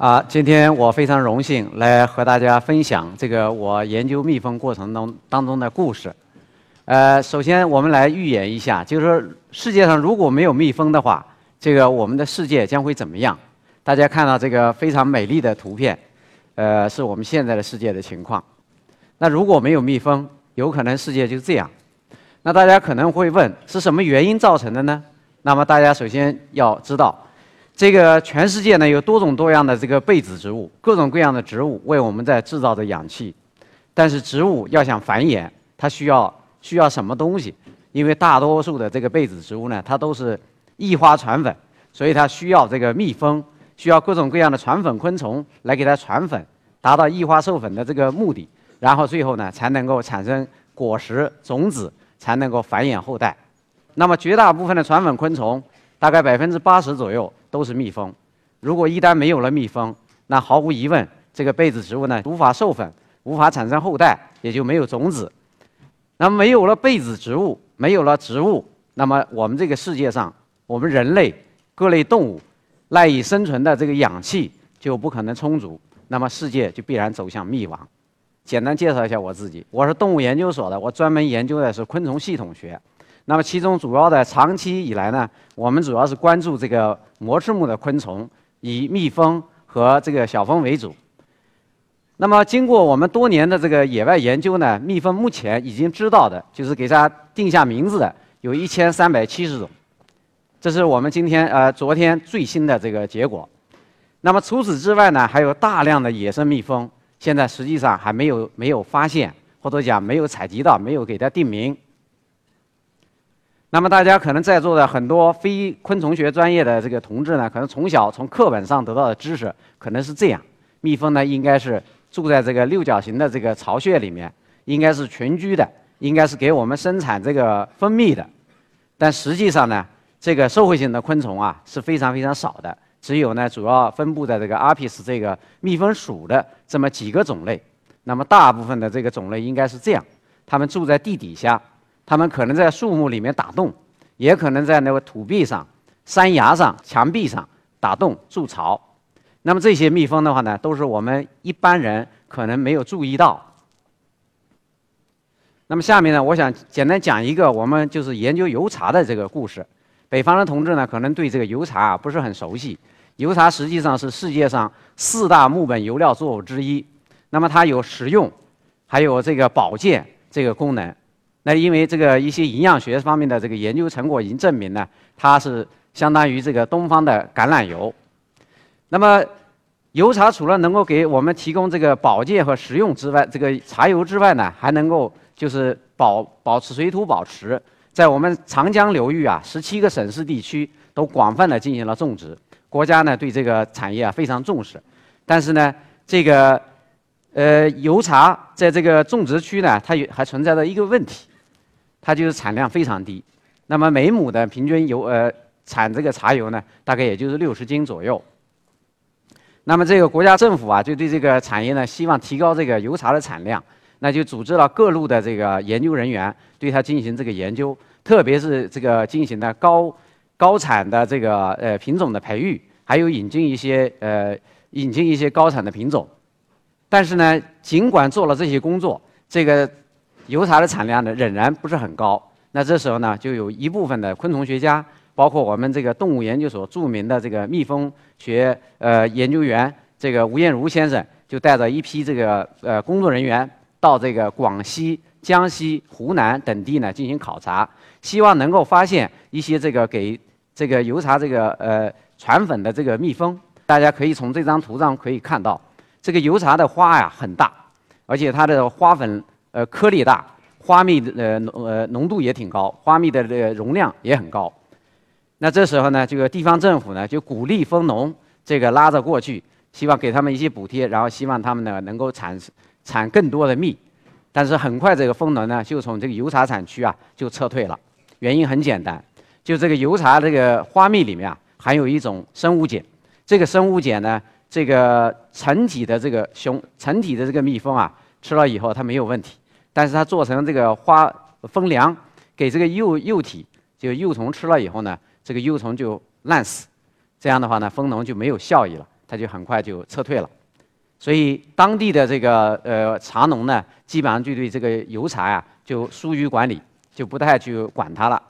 今天我非常荣幸来和大家分享这个我研究蜜蜂过程当中的故事。首先我们来预演一下，就是说世界上如果没有蜜蜂的话，这个我们的世界将会怎么样？大家看到这个非常美丽的图片，是我们现在的世界的情况。那如果没有蜜蜂，有可能世界就这样。那大家可能会问，是什么原因造成的呢？那么大家首先要知道，这个全世界呢有多种多样的这个被子植物，各种各样的植物为我们在制造着氧气。但是植物要想繁衍，它需要什么东西？因为大多数的这个被子植物呢，它都是异花传粉，所以它需要这个蜜蜂，需要各种各样的传粉昆虫来给它传粉，达到异花授粉的这个目的，然后最后呢才能够产生果实、种子，才能够繁衍后代。那么绝大部分的传粉昆虫，大概80%左右都是蜜蜂。如果一旦没有了蜜蜂，那毫无疑问，这个被子植物呢无法授粉，无法产生后代，也就没有种子。那么没有了被子植物，没有了植物，那么我们这个世界上，我们人类各类动物赖以生存的这个氧气就不可能充足，那么世界就必然走向灭亡。简单介绍一下我自己，我是动物研究所的，我专门研究的是昆虫系统学。那么其中主要的长期以来呢，我们主要是关注这个膜翅目的昆虫，以蜜蜂和这个小蜂为主。那么经过我们多年的这个野外研究呢，蜜蜂目前已经知道的，就是给它定下名字的有1370种，这是我们昨天最新的这个结果。那么除此之外呢，还有大量的野生蜜蜂，现在实际上还没有发现，或者讲没有采集到，没有给它定名。那么大家可能在座的很多非昆虫学专业的这个同志呢，可能从小从课本上得到的知识可能是这样：蜜蜂呢应该是住在这个六角形的这个巢穴里面，应该是群居的，应该是给我们生产这个蜂蜜的。但实际上呢，这个社会性的昆虫啊是非常非常少的，只有呢主要分布在这个阿皮斯这个蜜蜂属的这么几个种类。那么大部分的这个种类应该是这样，它们住在地底下。它们可能在树木里面打洞，也可能在那个土壁上、山崖上、墙壁上打洞筑巢。那么这些蜜蜂的话呢，都是我们一般人可能没有注意到。那么下面呢，我想简单讲一个我们就是研究油茶的这个故事。北方的同志呢，可能对这个油茶不是很熟悉。油茶实际上是世界上4大木本油料作物之一。那么它有食用，还有这个保健这个功能。那因为这个一些营养学方面的这个研究成果已经证明呢，它是相当于这个东方的橄榄油。那么油茶除了能够给我们提供这个保健和食用之外，这个茶油之外呢，还能够就是保持水土保持。在我们长江流域啊，17个省市地区都广泛的进行了种植，国家呢对这个产业啊非常重视。但是呢，这个油茶在这个种植区呢，它还存在着一个问题。它就是产量非常低，那么每亩的平均产这个茶油呢，大概也就是60斤左右。那么这个国家政府啊，就对这个产业呢，希望提高这个油茶的产量，那就组织了各路的这个研究人员对它进行这个研究，特别是这个进行的高产的这个品种的培育，还有引进一些高产的品种。但是呢，尽管做了这些工作，这个油茶的产量呢仍然不是很高。那这时候呢，就有一部分的昆虫学家，包括我们这个动物研究所著名的这个蜜蜂学研究员这个吴彦如先生，就带着一批这个工作人员到这个广西、江西、湖南等地呢进行考察，希望能够发现一些这个给这个油茶这个传粉的这个蜜蜂。大家可以从这张图上可以看到，这个油茶的花呀很大，而且它的花粉颗粒大，花蜜浓度也挺高，花蜜的这个容量也很高。那这时候呢，这个地方政府呢就鼓励蜂农这个拉着过去，希望给他们一些补贴，然后希望他们呢能够产更多的蜜。但是很快这个蜂农呢就从这个油茶产区啊就撤退了，原因很简单，就这个油茶这个花蜜里面啊含有一种生物碱，这个生物碱呢，这个成体的这个蜜蜂啊吃了以后它没有问题。但是它做成这个蜂粮，给这个幼体，就幼虫吃了以后呢，这个幼虫就烂死。这样的话呢，蜂农就没有效益了， 它就很快就撤退了。所以当地的这个茶农呢，基本上就对这个油茶呀就疏于管理，就不太去管它了。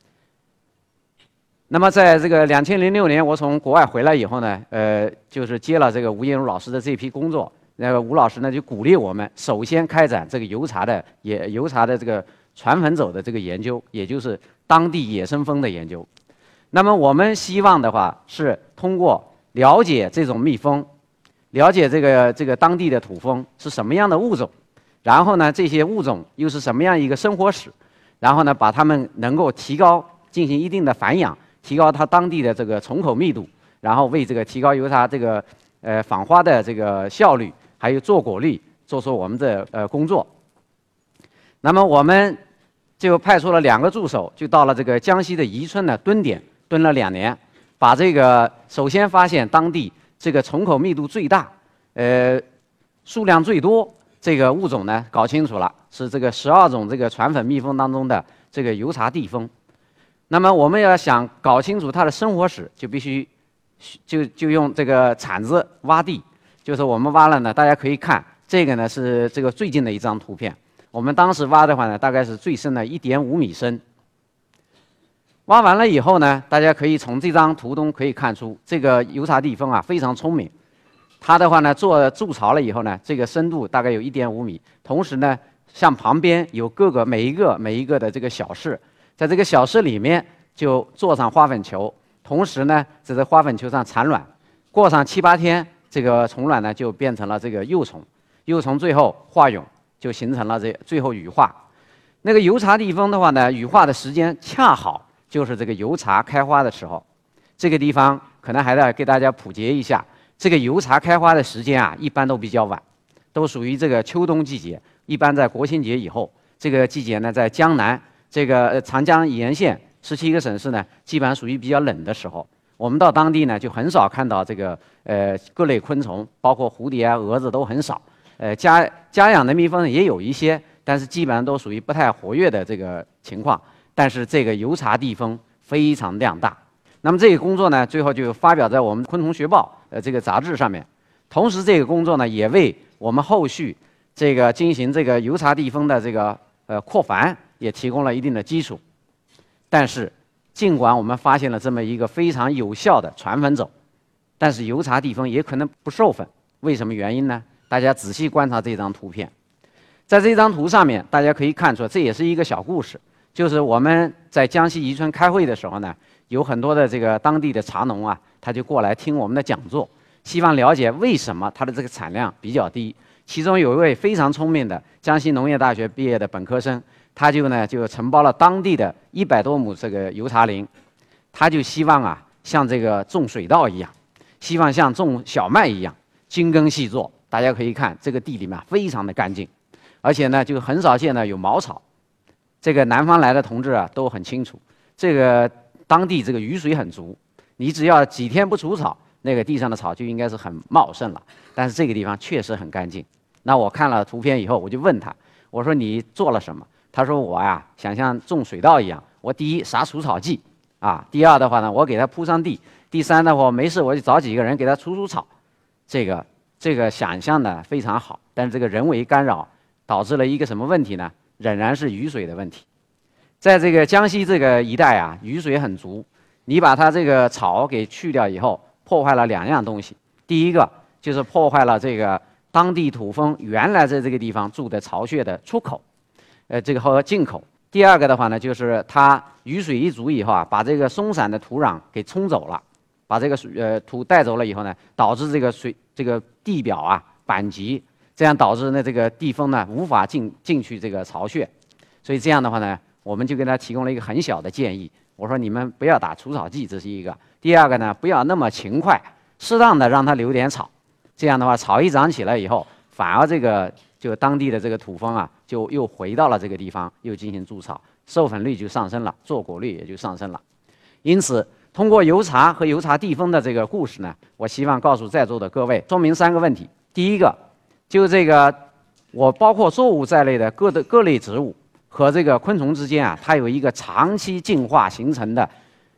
那么在这个2006年，我从国外回来以后呢，就是接了这个吴彦如老师的这批工作。那个吴老师呢就鼓励我们，首先开展这个油茶的这个传粉种的这个研究，也就是当地野生蜂的研究。那么我们希望的话是通过了解这种蜜蜂，了解这个当地的土蜂是什么样的物种，然后呢这些物种又是什么样一个生活史，然后呢把它们能够提高，进行一定的繁养。提高它当地的这个虫口密度，然后为这个提高油茶这个访花的这个效率，还有坐果率，做出我们的工作。那么我们就派出了2个助手，就到了这个江西的宜春呢蹲点，蹲了2年，把这个首先发现当地这个虫口密度最大，数量最多这个物种呢搞清楚了，是这个12种这个传粉蜜蜂当中的这个油茶地蜂。那么我们要想搞清楚它的生活史，就必须就用这个铲子挖地，就是我们挖了呢，大家可以看这个呢是这个最近的一张图片。我们当时挖的话呢，大概是最深的1.5米深。挖完了以后呢，大家可以从这张图中可以看出，这个油茶地蜂啊非常聪明。它的话呢做筑巢了以后呢，这个深度大概有1.5米，同时呢像旁边有每一个的这个小室。在这个小室里面就做上花粉球，同时呢，在这花粉球上产卵，过上7、8天，这个虫卵呢就变成了这个幼虫，幼虫最后化蛹，就形成了最后羽化。那个油茶地蜂的话呢，羽化的时间恰好就是这个油茶开花的时候。这个地方可能还得给大家普及一下，这个油茶开花的时间啊，一般都比较晚，都属于这个秋冬季节，一般在国庆节以后。这个季节呢，在江南。这个长江沿线17个省市呢，基本上属于比较冷的时候。我们到当地呢，就很少看到这个各类昆虫，包括蝴蝶啊、蛾子都很少。家养的蜜蜂也有一些，但是基本上都属于不太活跃的这个情况。但是这个油茶地蜂非常量大。那么这个工作呢，最后就发表在我们《昆虫学报》这个杂志上面。同时，这个工作呢，也为我们后续这个进行这个油茶地蜂的这个扩繁。也提供了一定的基础，但是尽管我们发现了这么一个非常有效的传粉种，但是油茶地蜂也可能不授粉。为什么原因呢？大家仔细观察这张图片，在这张图上面，大家可以看出，这也是一个小故事。就是我们在江西宜春开会的时候呢，有很多的这个当地的茶农啊，他就过来听我们的讲座，希望了解为什么它的这个产量比较低。其中有一位非常聪明的江西农业大学毕业的本科生。他就承包了当地的100多亩这个油茶林，他就希望啊像这个种水稻一样，希望像种小麦一样精耕细作。大家可以看这个地里面非常的干净，而且呢就很少见的有茅草。这个南方来的同志啊都很清楚，这个当地这个雨水很足，你只要几天不除草，那个地上的草就应该是很茂盛了。但是这个地方确实很干净。那我看了图片以后，我就问他，我说你做了什么？他说我呀想像种水稻一样，我第一撒除草剂啊，第二的话呢，我给它铺上地，第三的话没事我就找几个人给它除草。这个想象的非常好，但是这个人为干扰导致了一个什么问题呢？仍然是雨水的问题。在这个江西这个一带啊，雨水很足，你把它这个草给去掉以后，破坏了2样东西。第一个就是破坏了这个当地土蜂原来在这个地方筑的巢穴的出口。这个和进口。第二个的话呢，就是它雨水一足以后啊，把这个松散的土壤给冲走了，把这个土带走了以后呢，导致这个地表啊板结，这样导致呢这个地蜂呢无法进去这个巢穴。所以这样的话呢，我们就给他提供了一个很小的建议，我说你们不要打除草剂，这是一个。第二个呢，不要那么勤快，适当的让它留点草，这样的话草一长起来以后，反而这个就当地的这个土蜂啊，就又回到了这个地方，又进行筑巢，授粉率就上升了，坐果率也就上升了。因此，通过油茶和油茶地蜂的这个故事呢，我希望告诉在座的各位，说明3个问题。第一个，就这个我包括作物在内的各类植物和这个昆虫之间啊，它有一个长期进化形成的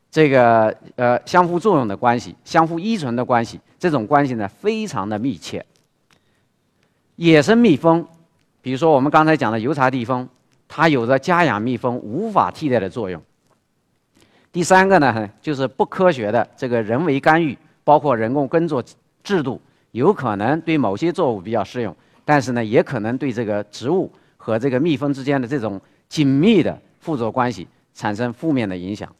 这个相互作用的关系、相互依存的关系，这种关系呢非常的密切。野生蜜蜂，比如说我们刚才讲的油茶地蜂，它有着家养蜜蜂无法替代的作用。第三个呢，就是不科学的这个人为干预，包括人工耕作制度，有可能对某些作物比较适用，但是呢，也可能对这个植物和这个蜜蜂之间的这种紧密的附着关系产生负面的影响。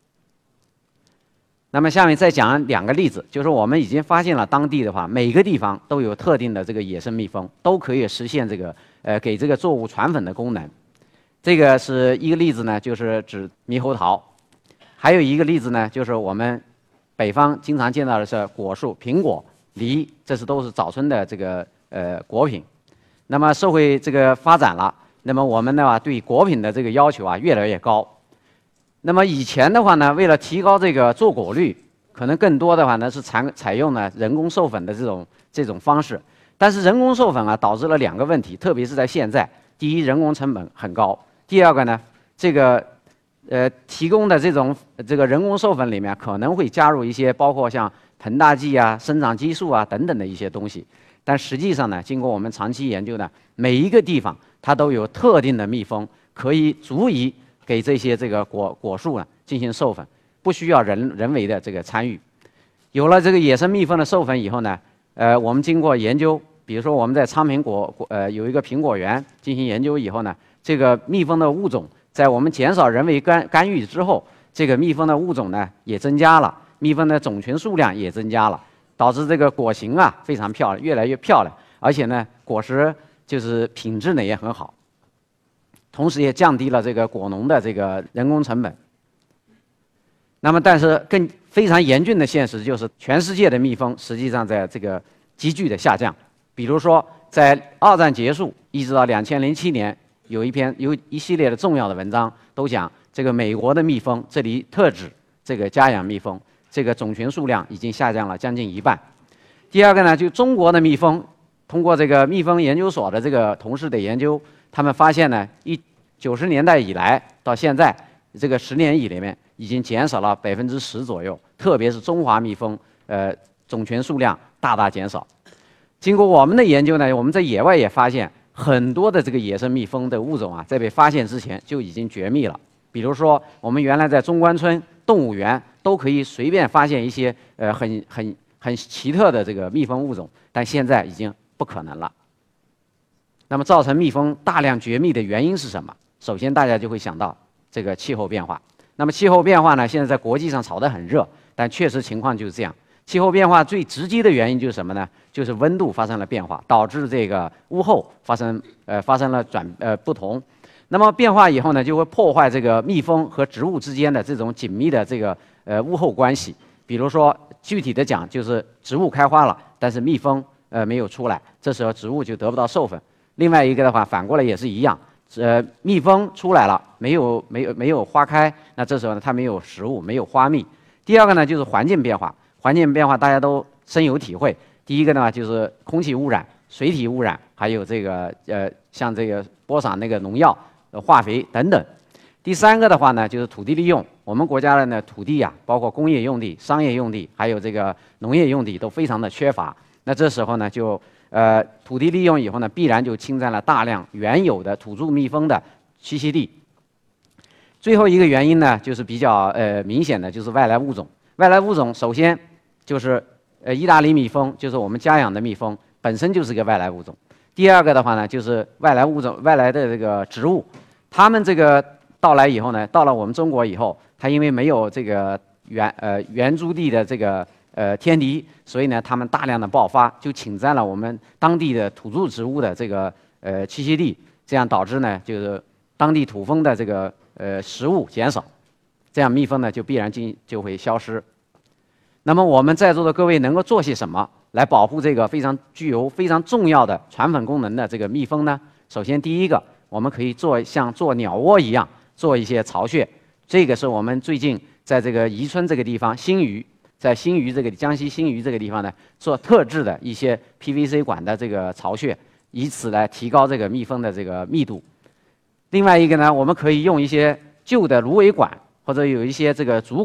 那么下面再讲2个例子，就是我们已经发现了当地的话，每个地方都有特定的这个野生蜜蜂，都可以实现这个给这个作物传粉的功能。这个是一个例子呢，就是指猕猴桃。还有一个例子呢，就是我们北方经常见到的是果树、苹果、梨，这都是早春的这个果品。那么社会这个发展了，那么我们呢对果品的这个要求啊越来越高。那么以前的话呢，为了提高这个坐果率，可能更多的话呢是采用呢人工授粉的这种方式。但是人工授粉啊导致了2个问题，特别是在现在，第一，人工成本很高；第二个呢，这个提供的这个人工授粉里面可能会加入一些包括像膨大剂啊、生长激素啊等等的一些东西。但实际上呢，经过我们长期研究呢，每一个地方它都有特定的蜜蜂，可以足以给这个果树呢进行授粉，不需要人为的这个参与。有了这个野生蜜蜂的授粉以后呢，我们经过研究，比如说我们在昌平有一个苹果园进行研究以后呢，这个蜜蜂的物种在我们减少人为干预之后，这个蜜蜂的物种呢也增加了，蜜蜂的种群数量也增加了，导致这个果形啊非常漂亮，越来越漂亮，而且呢果实就是品质呢也很好。同时也降低了这个果农的这个人工成本。那么，但是非常严峻的现实就是，全世界的蜜蜂实际上在这个急剧的下降。比如说，在2战结束一直到2007年，有一系列的重要的文章都讲这个美国的蜜蜂，这里特指这个家养蜜蜂，这个种群数量已经下降了将近1半。第二个呢，就中国的蜜蜂，通过这个蜜蜂研究所的这个同事的研究。他们发现呢，90年代以来到现在这个10年里面，已经减少了10%左右，特别是中华蜜蜂，种群数量大大减少。经过我们的研究呢，我们在野外也发现很多的这个野生蜜蜂的物种啊，在被发现之前就已经绝灭了。比如说，我们原来在中关村动物园都可以随便发现一些很奇特的这个蜜蜂物种，但现在已经不可能了。那么造成蜜蜂大量绝灭的原因是什么？首先大家就会想到这个气候变化。那么气候变化呢，现在在国际上炒得很热，但确实情况就是这样。气候变化最直接的原因就是什么呢？就是温度发生了变化，导致这个物候发生了不同。那么变化以后呢，就会破坏这个蜜蜂和植物之间的这种紧密的这个物候关系。比如说具体的讲，就是植物开花了，但是蜜蜂没有出来，这时候植物就得不到授粉。另外一个的话，反过来也是一样，蜜蜂出来了，没有花开，那这时候呢，它没有食物，没有花蜜。第二个呢，就是环境变化，环境变化大家都深有体会。第一个呢，就是空气污染、水体污染，还有这个像这个播撒那个农药、化肥等等。第三个的话呢，就是土地利用。我们国家的呢土地啊，包括工业用地、商业用地，还有这个农业用地都非常的缺乏。那这时候呢，就土地利用以后呢，必然就侵占了大量原有的土著蜜蜂的栖息地。最后一个原因呢，就是比较明显的，就是外来物种。外来物种首先就是意大利蜜蜂，就是我们家养的蜜蜂，本身就是个外来物种。第二个的话呢，就是外来物种，外来的这个植物，它们这个到来以后呢，到了我们中国以后，它因为没有这个原租地的这个天敌，所以呢，它们大量的爆发，就侵占了我们当地的土著植物的这个栖息地，这样导致呢，就是当地土蜂的这个食物减少，这样蜜蜂呢就必然就会消失。那么我们在座的各位能够做些什么来保护这个具有非常重要的传粉功能的这个蜜蜂呢？首先第一个，我们可以像做鸟窝一样做一些巢穴，这个是我们最近在这个宜春这个地方在新余这个江西新余这个地方呢，做特制的一些 PVC 管的这个巢穴，以此来提高这个蜜蜂的这个密度。另外一个呢，我们可以用一些旧的芦苇管或者有一些这个竹管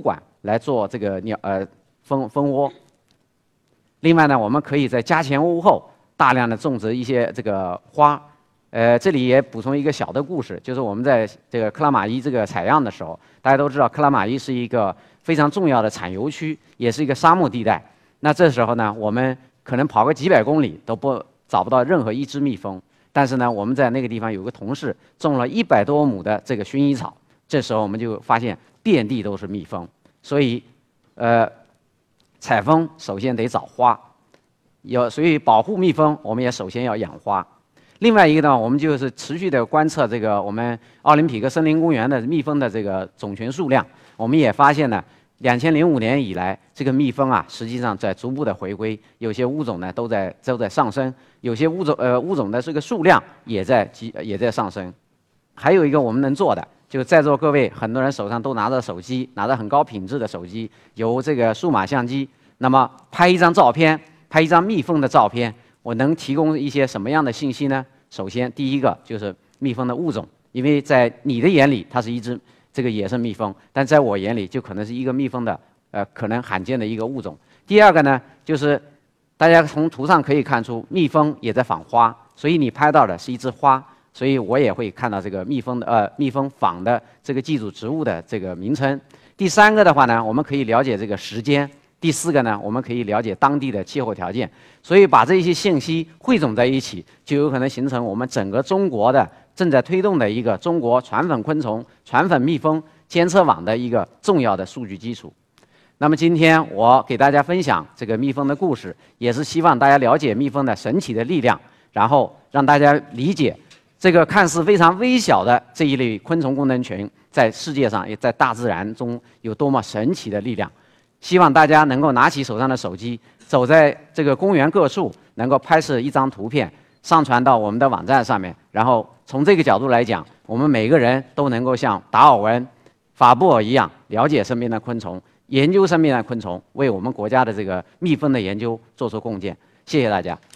来做这个蜂窝。另外呢，我们可以在家前屋后大量的种植一些这个花。这里也补充一个小的故事，就是我们在这个克拉玛依这个采样的时候，大家都知道克拉玛依是一个非常重要的产油区，也是一个沙漠地带。那这时候呢，我们可能跑个几百公里都找不到任何一只蜜蜂。但是呢，我们在那个地方有个同事种了100多亩的这个薰衣草，这时候我们就发现遍地都是蜜蜂。所以，采蜂首先得找花，所以保护蜜蜂，我们也首先要养花。另外一个呢，我们就是持续的观测这个我们奥林匹克森林公园的蜜蜂的这个种群数量，我们也发现呢，2005年以来，这个蜜蜂啊，实际上在逐步的回归，有些物种呢都在上升，有些物种的这个数量也在上升。还有一个我们能做的，就在座各位很多人手上都拿着手机，拿着很高品质的手机，有这个数码相机，那么拍一张照片，拍一张蜜蜂的照片。我能提供一些什么样的信息呢？首先，第一个就是蜜蜂的物种，因为在你的眼里它是一只这个野生蜜蜂，但在我眼里就可能是一个蜜蜂的可能罕见的一个物种。第二个呢，就是大家从图上可以看出，蜜蜂也在访花，所以你拍到的是一枝花，所以我也会看到这个蜜蜂访的这个寄主植物的这个名称。第三个的话呢，我们可以了解这个时间。第四个呢，我们可以了解当地的气候条件，所以把这些信息汇总在一起，就有可能形成我们整个中国的正在推动的一个中国传粉昆虫、传粉蜜蜂监测网的一个重要的数据基础。那么今天我给大家分享这个蜜蜂的故事，也是希望大家了解蜜蜂的神奇的力量，然后让大家理解这个看似非常微小的这一类昆虫功能群，在世界上也在大自然中有多么神奇的力量。希望大家能够拿起手上的手机，走在这个公园各处，能够拍摄一张图片，上传到我们的网站上面。然后从这个角度来讲，我们每个人都能够像达尔文、法布尔一样，了解身边的昆虫，研究身边的昆虫，为我们国家的这个蜜蜂的研究做出贡献。谢谢大家。